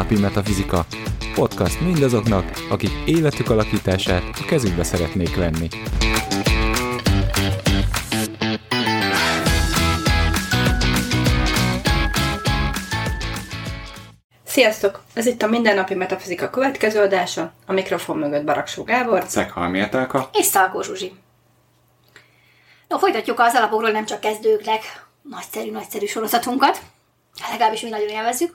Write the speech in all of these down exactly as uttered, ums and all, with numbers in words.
Mindennapi Metafizika. Podcast mindazoknak, akik életük alakítását a kezükbe szeretnék venni. Sziasztok! Ez itt a Mindennapi Metafizika következő adása, a mikrofon mögött Baraksó Gábor, Szeghalmi Etelka és Szalkó Zsuzsi. No, folytatjuk az alapokról nem csak kezdőknek nagyszerű-nagyszerű sorozatunkat, legalábbis mi nagyon élvezzük.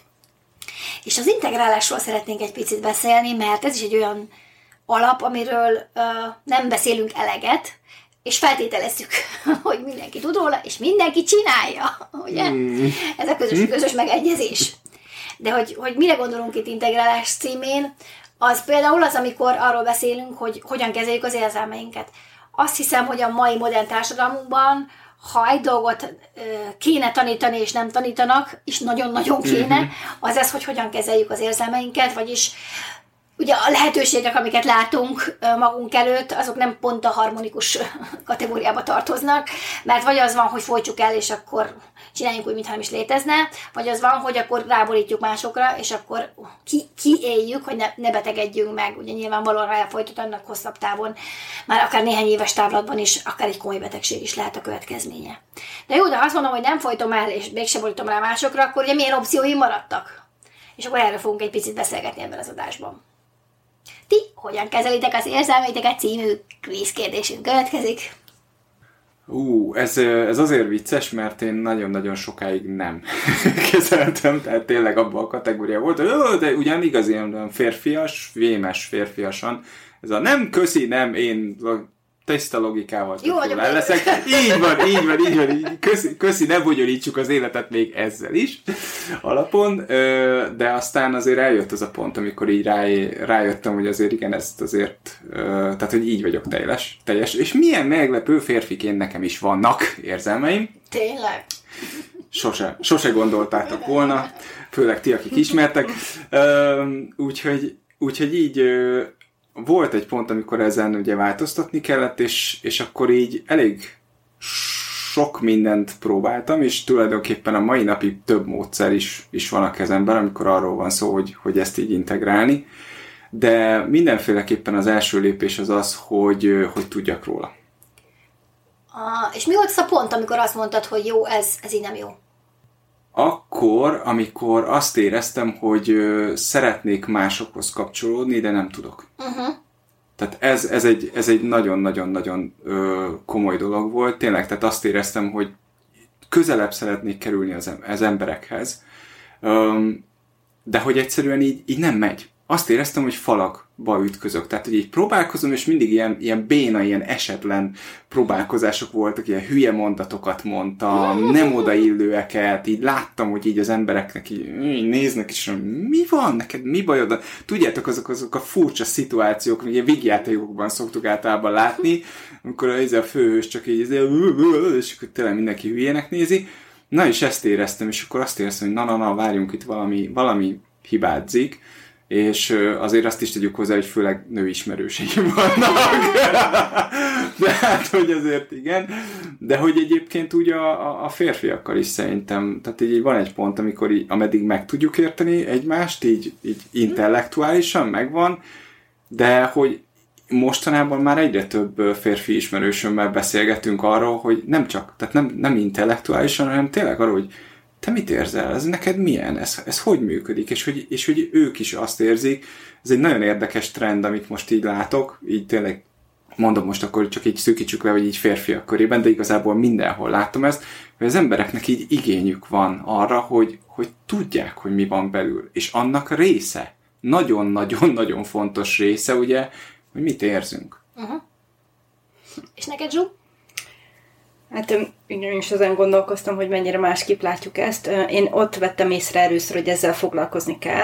És az integrálásról szeretnénk egy picit beszélni, mert ez is egy olyan alap, amiről uh, nem beszélünk eleget, és feltételezzük, hogy mindenki tud róla, és mindenki csinálja, ugye? Mm. Ez a közös, közös megegyezés. De hogy, hogy mire gondolunk itt integrálás címén, az például az, amikor arról beszélünk, hogy hogyan kezeljük az érzelmeinket. Azt hiszem, hogy a mai modern társadalmunkban, ha egy dolgot kéne tanítani, és nem tanítanak, és nagyon-nagyon kéne, az ez, hogy hogyan kezeljük az érzelmeinket, vagyis ugye a lehetőségek, amiket látunk magunk előtt, azok nem pont a harmonikus kategóriába tartoznak, mert vagy az van, hogy folytsuk el, és akkor csináljunk úgy, mintha nem is létezne, vagy az van, hogy akkor ráborítjuk másokra, és akkor ki, kiéljük, hogy ne, ne betegedjünk meg. Ugye nyilvánvalóan, ha elfolytott, annak hosszabb távon, már akár néhány éves távlatban is, akár egy komoly betegség is lehet a következménye. De jó, de ha azt mondom, hogy nem folytom el, és mégsem borítom rá másokra, akkor ugye milyen opcióim maradtak? És akkor erről fogunk egy picit beszélgetni ebben az adásban. Ti hogyan kezelitek az érzelmeiteket című kvíz kérdésünk következik. Ú, ez, ez azért vicces, mert én nagyon-nagyon sokáig nem kezeltem, tehát tényleg abban a kategória volt, hogy de ugyan igaz ilyen férfias, vémes férfiasan, ez a nem köszi, nem, én tiszta logikával jó vagyok leszek. Így van, így van, így van, így. Köszi, köszi, ne bonyolítsuk az életet még ezzel is alapon, de aztán azért eljött az a pont, amikor így rá, rájöttem, hogy azért igen, ezt azért, tehát hogy így vagyok teljes, teljes, és milyen meglepő férfiként nekem is vannak érzelmeim. Tényleg? Sose, sose gondoltátok volna, főleg ti, akik ismertek. Úgyhogy, úgyhogy így volt egy pont, amikor ezen ugye változtatni kellett, és, és akkor így elég sok mindent próbáltam, és tulajdonképpen a mai napig több módszer is, is van a kezemben, amikor arról van szó, hogy, hogy ezt így integrálni. De mindenféleképpen az első lépés az az, hogy, hogy tudjak róla. Ah, és mi volt az a pont, amikor azt mondtad, hogy jó, ez, ez így nem jó? Akkor, amikor azt éreztem, hogy ö, szeretnék másokhoz kapcsolódni, de nem tudok. Uh-huh. Tehát ez, ez egy, ez egy nagyon-nagyon-nagyon ö, komoly dolog volt. Tényleg, tehát azt éreztem, hogy közelebb szeretnék kerülni az, az emberekhez, ö, de hogy egyszerűen így, így nem megy. Azt éreztem, hogy falakba ütközök. Tehát, hogy így próbálkozom, és mindig ilyen, ilyen béna, ilyen esetlen próbálkozások voltak, ilyen hülye mondatokat mondtam, nem odaillőeket, így láttam, hogy így az embereknek így, így néznek, és mi van neked, mi bajod? Tudjátok, azok, azok a furcsa szituációk, hogy ilyen vígjátékokban szoktuk általában látni, amikor a, a főhős csak így, és akkor tényleg mindenki hülyének nézi. Na, és ezt éreztem, és akkor azt éreztem, hogy na, na, na, várjunk, itt valami, valami hibázik. És azért azt is tegyük hozzá, hogy főleg nőismerőseim vannak. De hát, hogy azért igen. De hogy egyébként úgy a, a férfiakkal is szerintem, tehát így van egy pont, amikor így, ameddig meg tudjuk érteni egymást, így, így intellektuálisan megvan, de hogy mostanában már egyre több férfi ismerősömmel beszélgetünk arról, hogy nem csak, tehát nem, nem intellektuálisan, hanem tényleg arról, hogy te mit érzel? Ez neked milyen? Ez, ez hogy működik? És hogy, és hogy ők is azt érzik. Ez egy nagyon érdekes trend, amit most így látok. Így tényleg mondom most akkor csak így szűkítsük le, hogy így férfiak körében, de igazából mindenhol látom ezt, hogy az embereknek így igényük van arra, hogy, hogy tudják, hogy mi van belül. És annak része, nagyon-nagyon-nagyon fontos része, ugye, hogy mit érzünk. Uh-huh. És neked, Zsú? Hát én is ezen gondolkoztam, hogy mennyire másképp látjuk ezt. Én ott vettem észre először, hogy ezzel foglalkozni kell,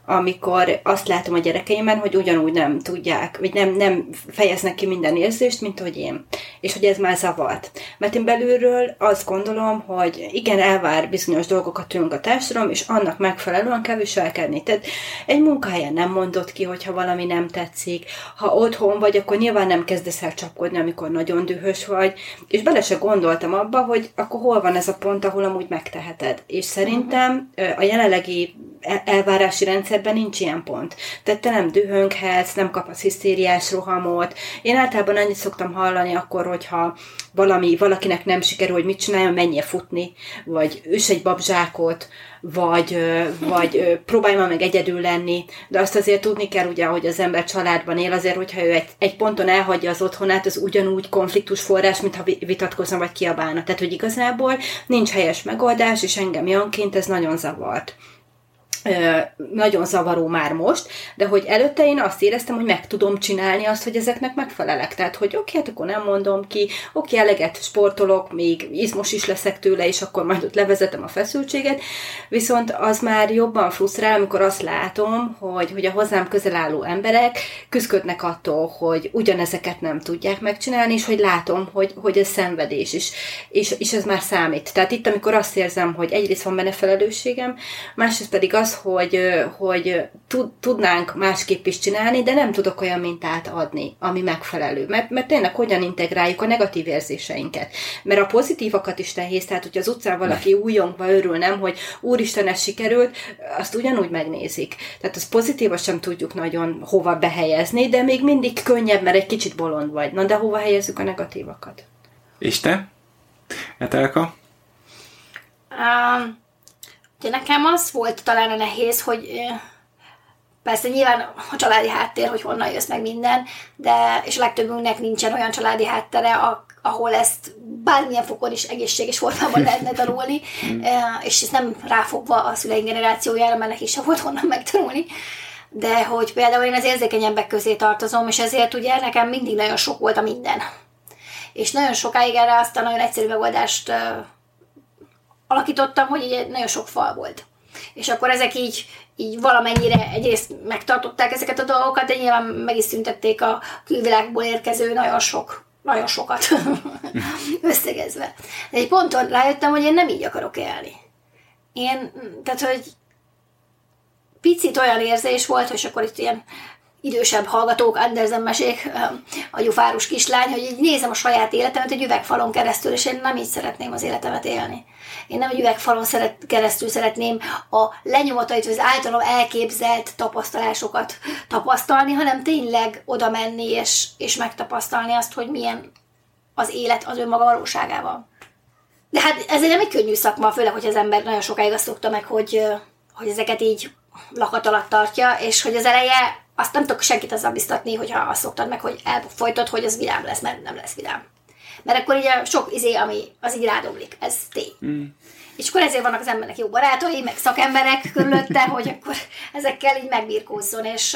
amikor azt látom a gyerekeimben, hogy ugyanúgy nem tudják, vagy nem, nem fejeznek ki minden érzést, mint hogy én. És hogy ez már zavart. Mert én belülről azt gondolom, hogy igen, elvár bizonyos dolgokat tőlünk a társadalom, és annak megfelelően kell viselkedni. Tehát egy munkahelyen nem mondod ki, hogyha valami nem tetszik. Ha otthon vagy, akkor nyilván nem kezdesz el csapkodni, amikor nagyon dühös vagy. És bele se gondoltam abba, hogy akkor hol van ez a pont, ahol amúgy megteheted. És szerintem a jelenlegi elvárási rendszerben nincs ilyen pont. Tehát te nem dühönghetsz, nem kapsz hisztériás rohamot. Én általában annyit szoktam hallani akkor, hogyha valami, valakinek nem sikerül, hogy mit csináljon, menjél futni, vagy üss egy babzsákot, vagy, vagy próbálj már meg egyedül lenni, de azt azért tudni kell, ugye, hogy az ember családban él, azért, hogyha ő egy, egy ponton elhagyja az otthonát, az ugyanúgy konfliktus forrás, mintha vitatkozna, vagy kiabálna. Tehát, hogy igazából nincs helyes megoldás, és engem Janként ez nagyon zavart. Ö, nagyon zavaró már most, de hogy előtte én azt éreztem, hogy meg tudom csinálni azt, hogy ezeknek megfelelek. Tehát, hogy oké, hát akkor nem mondom ki, oké, eleget sportolok, még izmos is leszek tőle, és akkor majd ott levezetem a feszültséget, viszont az már jobban frusztrál, amikor azt látom, hogy, hogy a hozzám közel álló emberek küzdködnek attól, hogy ugyanezeket nem tudják megcsinálni, és hogy látom, hogy, hogy ez szenvedés, és, és, és ez már számít. Tehát itt, amikor azt érzem, hogy egyrészt van benne felelősségem, másrészt pedig az, hogy, hogy tudnánk másképp is csinálni, de nem tudok olyan mintát adni, ami megfelelő. Mert, mert tényleg hogyan integráljuk a negatív érzéseinket. Mert a pozitívakat is nehéz, tehát hogyha az utcán valaki újongva örül, nem, hogy úristen, ez sikerült, azt ugyanúgy megnézik. Tehát az pozitívat sem tudjuk nagyon hova behelyezni, de még mindig könnyebb, mert egy kicsit bolond vagy. Na, de hova helyezzük a negatívakat? És te? Etelka? Um... De nekem az volt talán a nehéz, hogy persze nyilván a családi háttér, hogy honnan jössz meg minden, de és a legtöbbünknek nincsen olyan családi háttere, ahol ezt bármilyen fokon is egészséges formában lehetne tanulni, és ez nem ráfogva a szüleink generációjára, mert neki sem volt honnan megtanulni. De hogy például én az érzékenyebbek közé tartozom, és ezért ugye nekem mindig nagyon sok volt a minden. És nagyon sokáig erre azt a nagyon egyszerű megoldást alakítottam, hogy így nagyon sok fal volt. És akkor ezek így, így valamennyire egyrészt megtartották ezeket a dolgokat, de nyilván meg is szüntették a külvilágból érkező nagyon sok, nagyon sokat összegezve. De egy ponton rájöttem, hogy én nem így akarok élni. Én, tehát, hogy picit olyan érzés volt, hogy akkor itt ilyen idősebb hallgatók, Andersen mesék, a gyufárus kislány, hogy így nézem a saját életemet egy üvegfalon keresztül, és én nem így szeretném az életemet élni. Én nem egy üvegfalon szeret, keresztül szeretném a lenyomatait, vagy az általam elképzelt tapasztalásokat tapasztalni, hanem tényleg oda menni, és, és megtapasztalni azt, hogy milyen az élet az önmaga valóságában. De hát ez nem egy könnyű szakma, főleg, hogy az ember nagyon sokáig azt szokta meg, hogy, hogy ezeket így lakat alatt tartja, és hogy az eleje azt nem tudok senkit azzal biztatni, hogyha azt szoktad meg, hogy elfolytod, hogy az vidám lesz, mert nem lesz vidám. Mert akkor ugye sok izé, ami az így rádomlik, ez tény. Mm. És akkor ezért vannak az embernek jó barátai, meg szakemberek körülötte, hogy akkor ezekkel így megbirkózzon, és,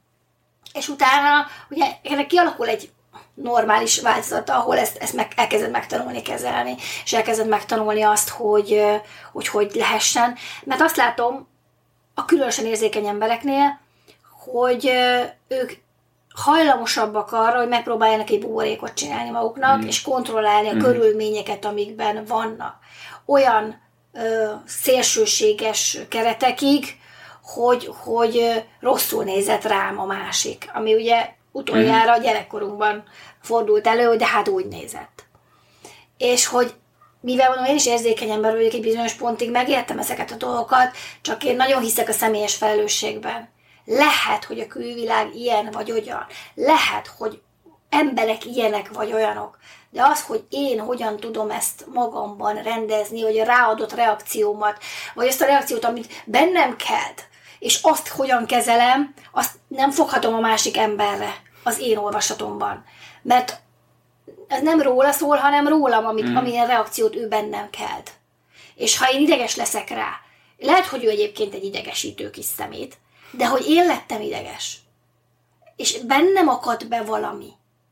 és utána ugye ennek kialakul egy normális változata, ahol ezt, ezt meg, elkezded megtanulni kezelni, és elkezded megtanulni azt, hogy, hogy hogy lehessen. Mert azt látom a különösen érzékeny embereknél, hogy ők hajlamosabbak arra, hogy megpróbáljanak egy buborékot csinálni maguknak, mm. és kontrollálni a mm. körülményeket, amikben vannak. Olyan ö, szélsőséges keretekig, hogy, hogy rosszul nézett rám a másik. Ami ugye utoljára a gyerekkorunkban fordult elő, de hát úgy nézett. És hogy mivel mondom, én is érzékeny ember vagyok, egy bizonyos pontig megértem ezeket a dolgokat, csak én nagyon hiszek a személyes felelősségben. Lehet, hogy a külvilág ilyen vagy olyan. Lehet, hogy emberek ilyenek vagy olyanok. De az, hogy én hogyan tudom ezt magamban rendezni, vagy a ráadott reakciómat, vagy azt a reakciót, amit bennem kelt, és azt hogyan kezelem, azt nem foghatom a másik emberre az én olvasatomban. Mert ez nem róla szól, hanem rólam, amit, mm. amilyen reakciót ő bennem kelt. És ha én ideges leszek rá, lehet, hogy ő egyébként egy idegesítő kis szemét, de hogy én lettem ideges. És bennem akadt be valami.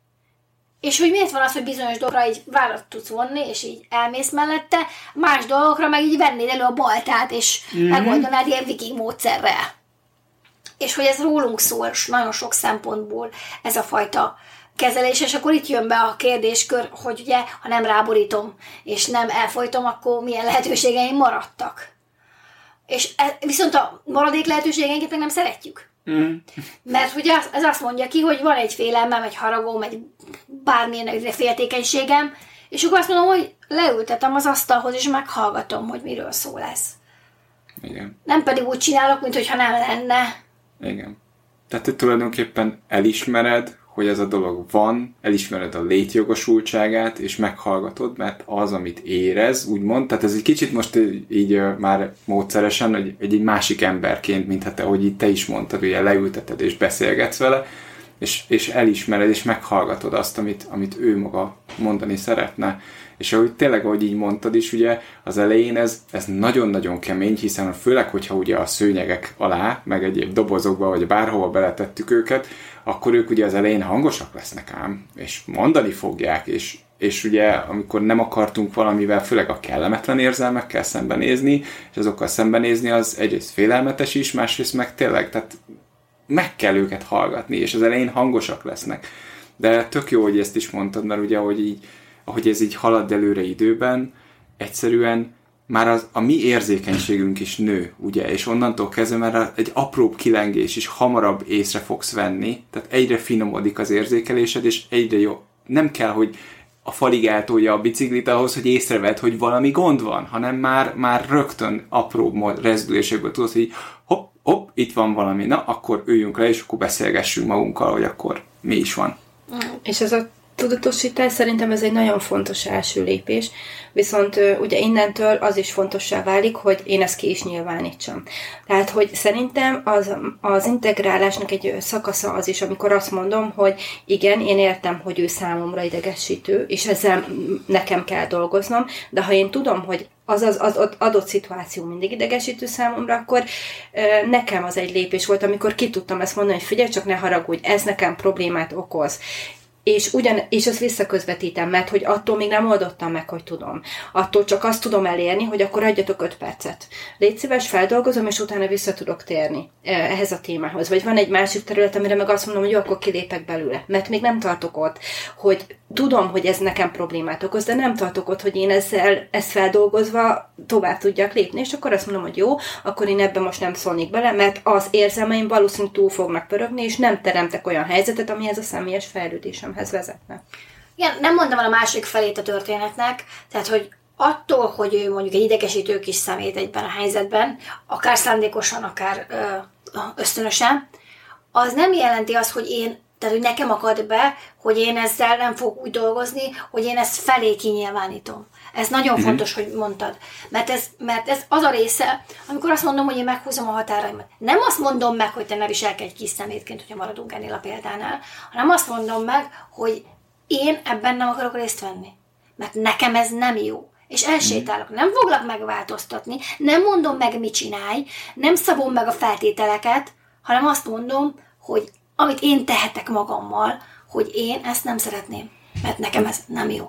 És hogy miért van az, hogy bizonyos dolgokra így vállat tudsz vonni, és így elmész mellette, más dolgokra meg így vennéd elő a baltát, és mm-hmm. megoldanád ilyen viking módszerrel. és hogy ez rólunk szól, nagyon sok szempontból ez a fajta kezelés, és akkor itt jön be a kérdéskör, hogy ugye, ha nem ráborítom, és nem elfolytom, akkor milyen lehetőségeim maradtak. És e, viszont a maradék lehetőségeinket meg nem szeretjük. Mm. Mert ugye ez azt mondja ki, hogy van egy félelmem, egy haragom, egy bármilyen féltékenységem, és akkor azt mondom, hogy leültetem az asztalhoz, és meghallgatom, hogy miről szól ez. Igen. Nem pedig úgy csinálok, mintha nem lenne. Igen. Tehát te tulajdonképpen elismered, hogy ez a dolog van, elismered a létjogosultságát, és meghallgatod, mert az, amit érez, úgymond, tehát ez egy kicsit most így már módszeresen, hogy egy, egy másik emberként, mint hát ahogy itt te is mondtad, ugye leülteted és beszélgetsz vele, és, és elismered, és meghallgatod azt, amit, amit ő maga mondani szeretne. És ahogy tényleg, ahogy így mondtad is, ugye az elején ez, ez nagyon-nagyon kemény, hiszen főleg, hogyha ugye a szőnyegek alá, meg egyéb dobozokba, vagy bárhova beletettük őket, akkor ők ugye az elején hangosak lesznek ám, és mondani fogják, és, és ugye amikor nem akartunk valamivel, főleg a kellemetlen érzelmekkel szembenézni, és azokkal szembenézni, az egyrészt félelmetes is, másrészt meg tényleg, tehát meg kell őket hallgatni, és az elején hangosak lesznek. De tök jó, hogy ezt is mondtad, mert ugye, ahogy így ahogy ez így halad előre időben, egyszerűen már az, a mi érzékenységünk is nő, ugye, és onnantól kezdve már egy apróbb kilengés is hamarabb észre fogsz venni, tehát egyre finomodik az érzékelésed, és egyre jó. Nem kell, hogy a falig eltolja a biciklit ahhoz, hogy észrevedd, hogy valami gond van, hanem már, már rögtön apróbb rezdülésekből tudod, hogy hopp, hopp, itt van valami, na, akkor üljünk le, és akkor beszélgessünk magunkkal, hogy akkor mi is van. És ez a tudatosítás szerintem ez egy nagyon fontos első lépés, viszont ugye innentől az is fontossá válik, hogy én ezt ki is nyilvánítsam. Tehát, hogy szerintem az, az integrálásnak egy szakasza az is, amikor azt mondom, hogy igen, én értem, hogy ő számomra idegesítő, és ezzel nekem kell dolgoznom, de ha én tudom, hogy az az, az adott szituáció mindig idegesítő számomra, akkor nekem az egy lépés volt, amikor ki tudtam ezt mondani, hogy figyelj, csak ne haragudj, ez nekem problémát okoz. És, ugyan, és ezt visszaközvetítem, mert hogy attól még nem oldottam meg, hogy tudom. Attól csak azt tudom elérni, hogy akkor adjatok öt percet. Légy szíves, feldolgozom, és utána vissza tudok térni ehhez a témához. Vagy van egy másik terület, amire meg azt mondom, hogy jó, akkor kilépek belőle. Mert még nem tartok ott, hogy tudom, hogy ez nekem problémát okoz, de nem tartok ott, hogy én ezzel, ezt feldolgozva tovább tudjak lépni. És akkor azt mondom, hogy jó, akkor én ebben most nem szólnék bele, mert az érzelmeim valószínűleg túl fognak pörögni, és nem teremtek olyan helyzetet, amihez a személyes fejlődésemhez vezetne. Igen, nem mondtam el a másik felét a történetnek, tehát, hogy attól, hogy ő mondjuk egy idegesítő kis szemét egyben a helyzetben, akár szándékosan, akár ö, ösztönösen, az nem jelenti azt, hogy én, tehát, hogy nekem akad be, hogy én ezzel nem fogok úgy dolgozni, hogy én ezt felé kinyilvánítom. Ez nagyon mm-hmm. fontos, hogy mondtad. Mert ez, mert ez az a része, amikor azt mondom, hogy én meghúzom a határaimat. Nem azt mondom meg, hogy te ne viselkedj kis szemétként, hogyha maradunk ennél a példánál, hanem azt mondom meg, hogy én ebben nem akarok részt venni. Mert nekem ez nem jó. És elsétálok. Nem foglak megváltoztatni, nem mondom meg, mit csinálj, nem szabom meg a feltételeket, hanem azt mondom, hogy amit én tehetek magammal, hogy én ezt nem szeretném. Mert nekem ez nem jó.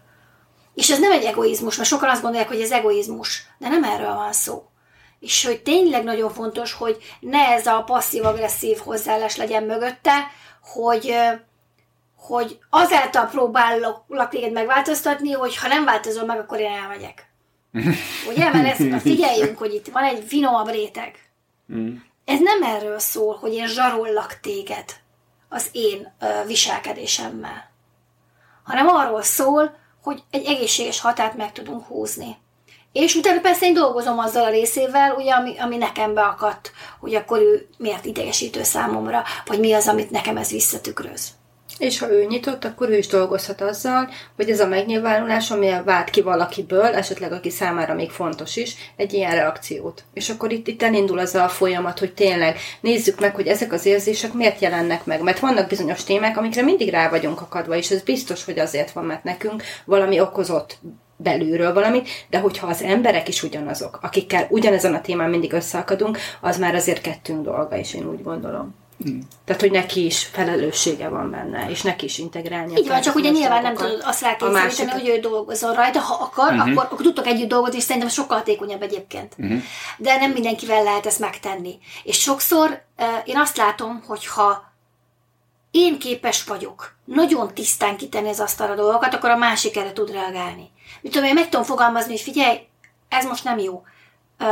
És ez nem egy egoizmus, mert sokan azt gondolják, hogy ez egoizmus, de nem erről van szó. És hogy tényleg nagyon fontos, hogy ne ez a passzív-agresszív hozzáállás legyen mögötte, hogy, hogy azáltal próbálok téged megváltoztatni, hogy ha nem változol meg, akkor én elmegyek. Ugye? Mert ezt figyeljünk, hogy itt van egy finomabb réteg. Ez nem erről szól, hogy én zsarollak téged az én viselkedésemmel, hanem arról szól, hogy egy egészséges határt meg tudunk húzni. És utána persze én dolgozom azzal a részével, ugye, ami, ami nekem beakadt, hogy akkor ő miért idegesítő számomra, vagy mi az, amit nekem ez visszatükröz. És ha ő nyitott, akkor ő is dolgozhat azzal, hogy ez a megnyilvánulás, ami vált ki valakiből, esetleg aki számára még fontos is, egy ilyen reakciót. És akkor itt, itt elindul az a folyamat, hogy tényleg nézzük meg, hogy ezek az érzések miért jelennek meg. Mert vannak bizonyos témák, amikre mindig rá vagyunk akadva, és ez biztos, hogy azért van, mert nekünk valami okozott belülről valamit, de hogyha az emberek is ugyanazok, akikkel ugyanezen a témán mindig összeakadunk, az már azért kettőnk dolga, és én úgy gondolom. Mm. Tehát, hogy neki is felelőssége van benne, és neki is integrálnia. Így van, csak ugye nyilván nem tudod azt rákényszeríteni, hogy ő dolgozzon rajta, ha akar, uh-huh. akkor, akkor tudtok együtt dolgozni, és szerintem sokkal hatékonyabb egyébként. Uh-huh. De nem mindenkivel lehet ezt megtenni. És sokszor uh, én azt látom, hogy ha én képes vagyok nagyon tisztán kitenni az asztalra dolgokat, akkor a másik erre tud reagálni. Mit tudom, én meg tudom fogalmazni, hogy figyelj, ez most nem jó. Uh,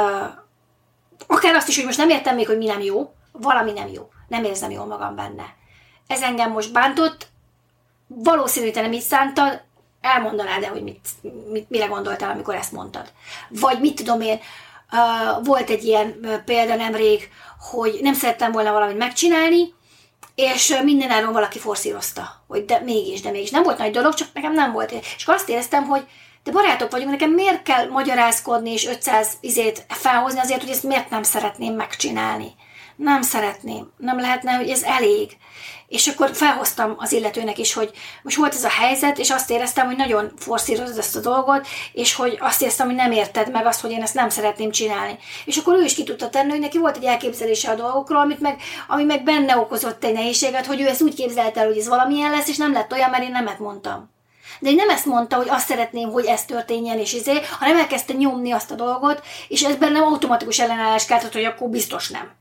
akár azt is, hogy most nem értem még, hogy mi nem jó, valami nem jó. Nem érzem jól magam benne. Ez engem most bántott, valószínűleg te nem így szántad, elmondanád-e, hogy mit, mit, mire gondoltál, amikor ezt mondtad. Vagy mit tudom én, uh, volt egy ilyen uh, példa nemrég, hogy nem szerettem volna valamit megcsinálni, és uh, mindenáron valaki forszírozta, hogy de mégis, de mégis. Nem volt nagy dolog, csak nekem nem volt. És akkor azt éreztem, hogy de barátok vagyunk, nekem miért kell magyarázkodni és ötszáz izét felhozni azért, hogy ezt miért nem szeretném megcsinálni. Nem szeretném. Nem lehetne, hogy ez elég. És akkor felhoztam az illetőnek is, hogy most volt ez a helyzet, és azt éreztem, hogy nagyon forszírozod ezt a dolgot, és hogy azt éreztem, hogy nem érted meg azt, hogy én ezt nem szeretném csinálni. És akkor ő is ki tudta tenni, hogy neki volt egy elképzelése a dolgokról, amit meg, ami meg benne okozott egy nehézséget, hogy ő ezt úgy képzelte el, hogy ez valamilyen lesz, és nem lett olyan, mert én nemet mondtam. De én nem ezt mondta, hogy azt szeretném, hogy ez történjen, és izé, hanem elkezdte nyomni azt a dolgot, és ez bennem automatikus ellenállás keltett, hogy akkor biztos nem.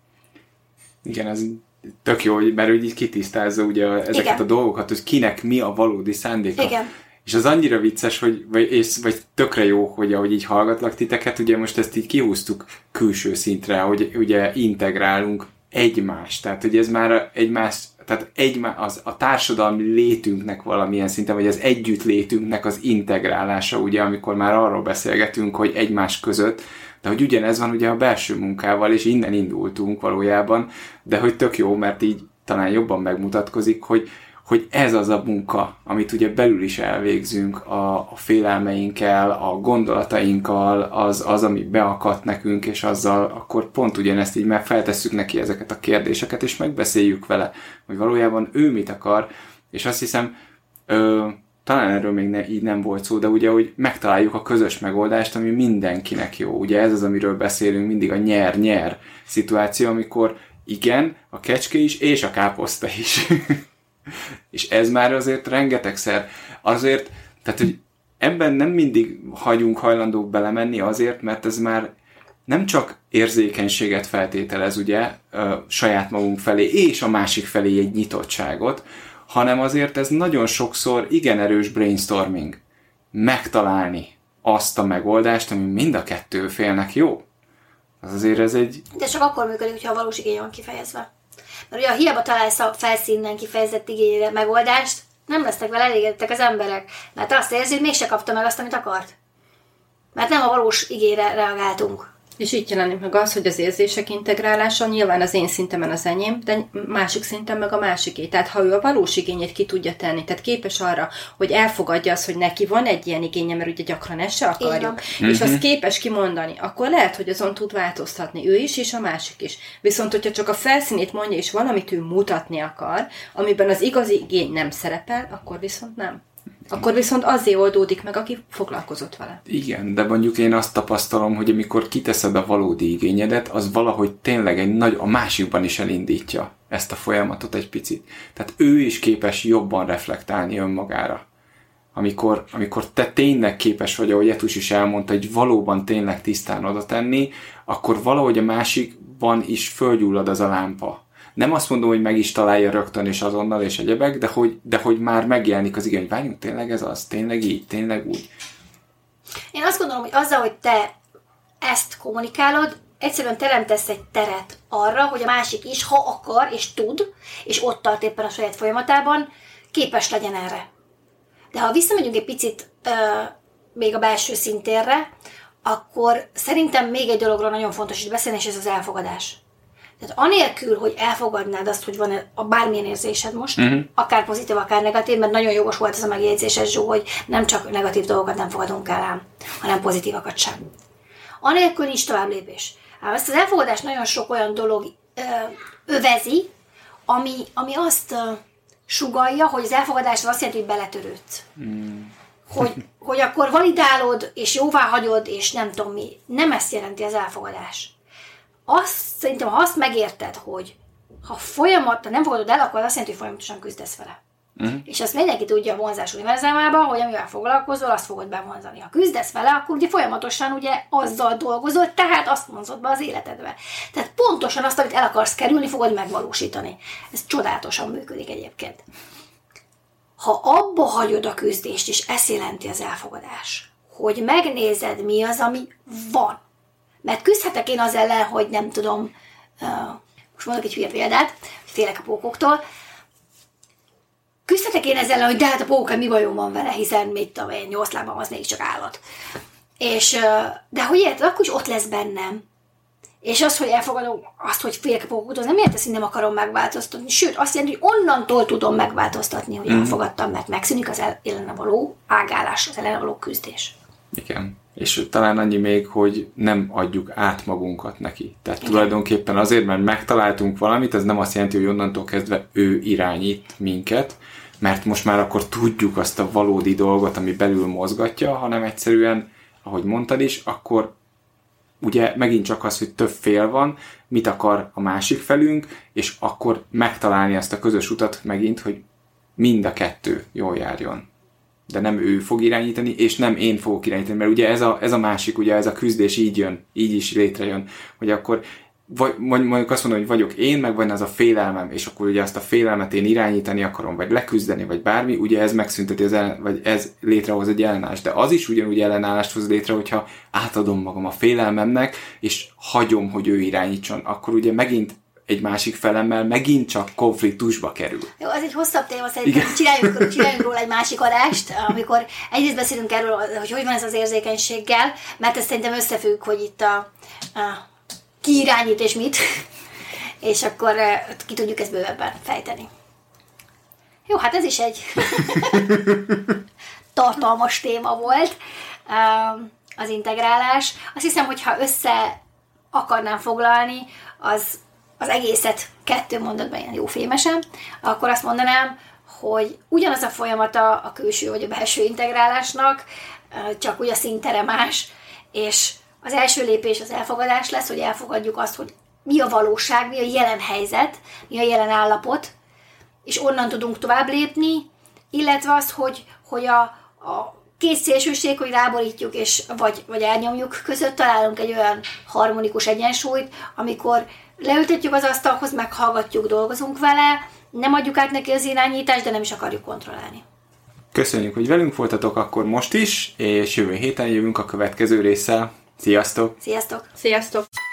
Igen, ez tök jó, mert úgy így kitisztázza ugye ezeket Igen. a dolgokat, hogy kinek mi a valódi szándéka. Igen. És az annyira vicces, hogy, vagy, és, vagy tökre jó, hogy ahogy így hallgatlak titeket, ugye most ezt így kihúztuk külső szintre, hogy ugye integrálunk egymást. Tehát, hogy ez már egymás, tehát egymás, az, a társadalmi létünknek valamilyen szinten, vagy az együttlétünknek az integrálása, ugye, amikor már arról beszélgetünk, hogy egymás között, de hogy ugyanez van ugye a belső munkával, és innen indultunk valójában, de hogy tök jó, mert így talán jobban megmutatkozik, hogy, hogy ez az a munka, amit ugye belül is elvégzünk a, a félelmeinkkel, a gondolatainkkal, az, az, ami beakadt nekünk, és azzal akkor pont ugyanezt így már feltesszük neki ezeket a kérdéseket, és megbeszéljük vele, hogy valójában ő mit akar, és azt hiszem, ö, talán erről még ne, így nem volt szó, de ugye, hogy megtaláljuk a közös megoldást, ami mindenkinek jó. Ugye ez az, amiről beszélünk, mindig a nyer-nyer szituáció, amikor igen, a kecske is, és a káposzta is. És ez már azért rengetegszer. Azért, tehát, hogy ebben nem mindig hagyunk hajlandók belemenni azért, mert ez már nem csak érzékenységet feltételez, ugye, saját magunk felé, és a másik felé egy nyitottságot, hanem azért ez nagyon sokszor igen erős brainstorming. Megtalálni azt a megoldást, ami mind a kettő félnek jó. Az azért ez egy... De csak akkor működik, hogyha a valós igény van kifejezve. Mert ugye, ha hiába találsz a felszínen kifejezett igényre megoldást, nem lesznek vele elégedettek az emberek. Mert azt érzi, hogy mégse kapta meg azt, amit akart. Mert nem a valós igényre reagáltunk. És így jelenik meg az, hogy az érzések integrálása nyilván az én szintemen az enyém, de másik szinten meg a másiké. Tehát ha ő a valós igényét ki tudja tenni, tehát képes arra, hogy elfogadja azt, hogy neki van egy ilyen igénye, mert ugye gyakran ezt se akarjuk, és azt képes kimondani, akkor lehet, hogy azon tud változtatni ő is, és a másik is. Viszont, hogyha csak a felszínét mondja, és valamit ő mutatni akar, amiben az igazi igény nem szerepel, akkor viszont nem. Akkor viszont azért oldódik meg, aki foglalkozott vele. Igen, de mondjuk én azt tapasztalom, hogy amikor kiteszed a valódi igényedet, az valahogy tényleg egy nagy, a másikban is elindítja ezt a folyamatot egy picit. Tehát ő is képes jobban reflektálni önmagára. Amikor, amikor te tényleg képes vagy, ahogy Etus is elmondta, hogy valóban tényleg tisztán oda tenni, akkor valahogy a másikban is fölgyullad az a lámpa. Nem azt mondom, hogy meg is találja rögtön és azonnal és egyebek, de hogy, de hogy már megjelenik az igény, hogy várjunk, tényleg ez az, tényleg így, tényleg úgy. Én azt gondolom, hogy azzal, hogy te ezt kommunikálod, egyszerűen teremtesz egy teret arra, hogy a másik is, ha akar és tud, és ott tart éppen a saját folyamatában, képes legyen erre. De ha visszamegyünk egy picit uh, még a belső szintérre, akkor szerintem még egy dologról nagyon fontos itt beszélni, és ez az elfogadás. Tehát anélkül, hogy elfogadnád azt, hogy van a bármilyen érzésed most, uh-huh. akár pozitív, akár negatív, mert nagyon jogos volt ez a megjegyzéses, Zsó, hogy nem csak negatív dolgokat nem fogadunk el ám, hanem pozitívakat sem. Anélkül nincs tovább lépés. Ám ezt az elfogadást nagyon sok olyan dolog ö, övezi, ami, ami azt ö, sugallja, hogy az elfogadás az azt jelenti, hogy beletörődsz. Mm. Hogy, hogy akkor validálod, és jóvá hagyod, és nem tudom mi. Nem ezt jelenti az elfogadás. Azt, szerintem, ha azt megérted, hogy Ha folyamatosan nem fogadod el, akkor azt jelenti, hogy folyamatosan küzdesz vele. Uh-huh. És azt mindenki tudja a vonzás univerzumában, hogy amivel foglalkozol, azt fogod bevonzani. Ha küzdesz vele, akkor ugye folyamatosan ugye azzal dolgozol, tehát azt vonzod be az életedbe. Tehát pontosan azt, amit el akarsz kerülni, fogod megvalósítani. Ez csodálatosan működik egyébként. Ha abba hagyod a küzdést, és ez jelenti az elfogadás, hogy megnézed, mi az, ami van. Mert küzdhetek én az ellen, hogy nem tudom, uh, most mondok egy hülye példát, félek a pókoktól, küzdhetek én ezzel, hogy de hát a póka mi bajom van vele, hiszen mit tudom én, nyolc lábam az mégiscsak állat. És, de hogy érted, akkor is ott lesz bennem. És az, hogy elfogadom azt, hogy félek a pókoktól, nem értesz, hogy nem akarom megváltoztatni. Sőt, azt jelenti, hogy onnantól tudom megváltoztatni, hogy mm. elfogadtam, mert megszűnik az ellene való ágálás, az ellene való küzdés. Igen. És talán annyi még, hogy nem adjuk át magunkat neki. Tehát igen. Tulajdonképpen azért, mert megtaláltunk valamit, ez nem azt jelenti, hogy onnantól kezdve ő irányít minket, mert most már akkor tudjuk azt a valódi dolgot, ami belül mozgatja, hanem egyszerűen, ahogy mondtad is, akkor ugye megint csak az, hogy több fél van, mit akar a másik felünk, és akkor megtalálni azt a közös utat megint, hogy mind a kettő jól járjon. De nem ő fog irányítani, és nem én fogok irányítani, mert ugye ez a, ez a másik, ugye ez a küzdés így jön, így is létrejön, hogy akkor vagy, mondjuk azt mondom, hogy vagyok én, meg van az a félelmem, és akkor ugye azt a félelmet én irányítani akarom, vagy leküzdeni, vagy bármi, ugye ez megszünteti az ellen, vagy ez létrehoz egy ellenállást. De az is ugyanúgy ellenállást hoz létre, hogyha átadom magam a félelmemnek, és hagyom, hogy ő irányítson, akkor ugye megint egy másik felemmel megint csak konfliktusba kerül. Jó, az egy hosszabb téma, szerintem csináljunk, csináljunk róla egy másik adást, amikor egyrészt beszélünk erről, hogy hogy van ez az érzékenységgel, mert ez szerintem összefügg, hogy itt a, a ki irányít és mit, és akkor ki tudjuk ezt bővebben fejteni. Jó, hát ez is egy tartalmas téma volt, az integrálás. Azt hiszem, hogy ha össze akarnám foglalni, az az egészet kettő mondatban ilyen jó fémesen, akkor azt mondanám, hogy ugyanaz a folyamata a külső vagy a belső integrálásnak, csak úgy a szintere más, és az első lépés az elfogadás lesz, hogy elfogadjuk azt, hogy mi a valóság, mi a jelen helyzet, mi a jelen állapot, és onnan tudunk tovább lépni, illetve az, hogy, hogy a, a két szélsőség, hogy ráborítjuk és vagy, vagy elnyomjuk között találunk egy olyan harmonikus egyensúlyt, amikor leültetjük az asztalhoz, meghallgatjuk, dolgozunk vele, nem adjuk át neki az irányítást, de nem is akarjuk kontrollálni. Köszönjük, hogy velünk voltatok akkor most is, és jövő héten jövünk a következő résszel. Sziasztok! Sziasztok! Sziasztok!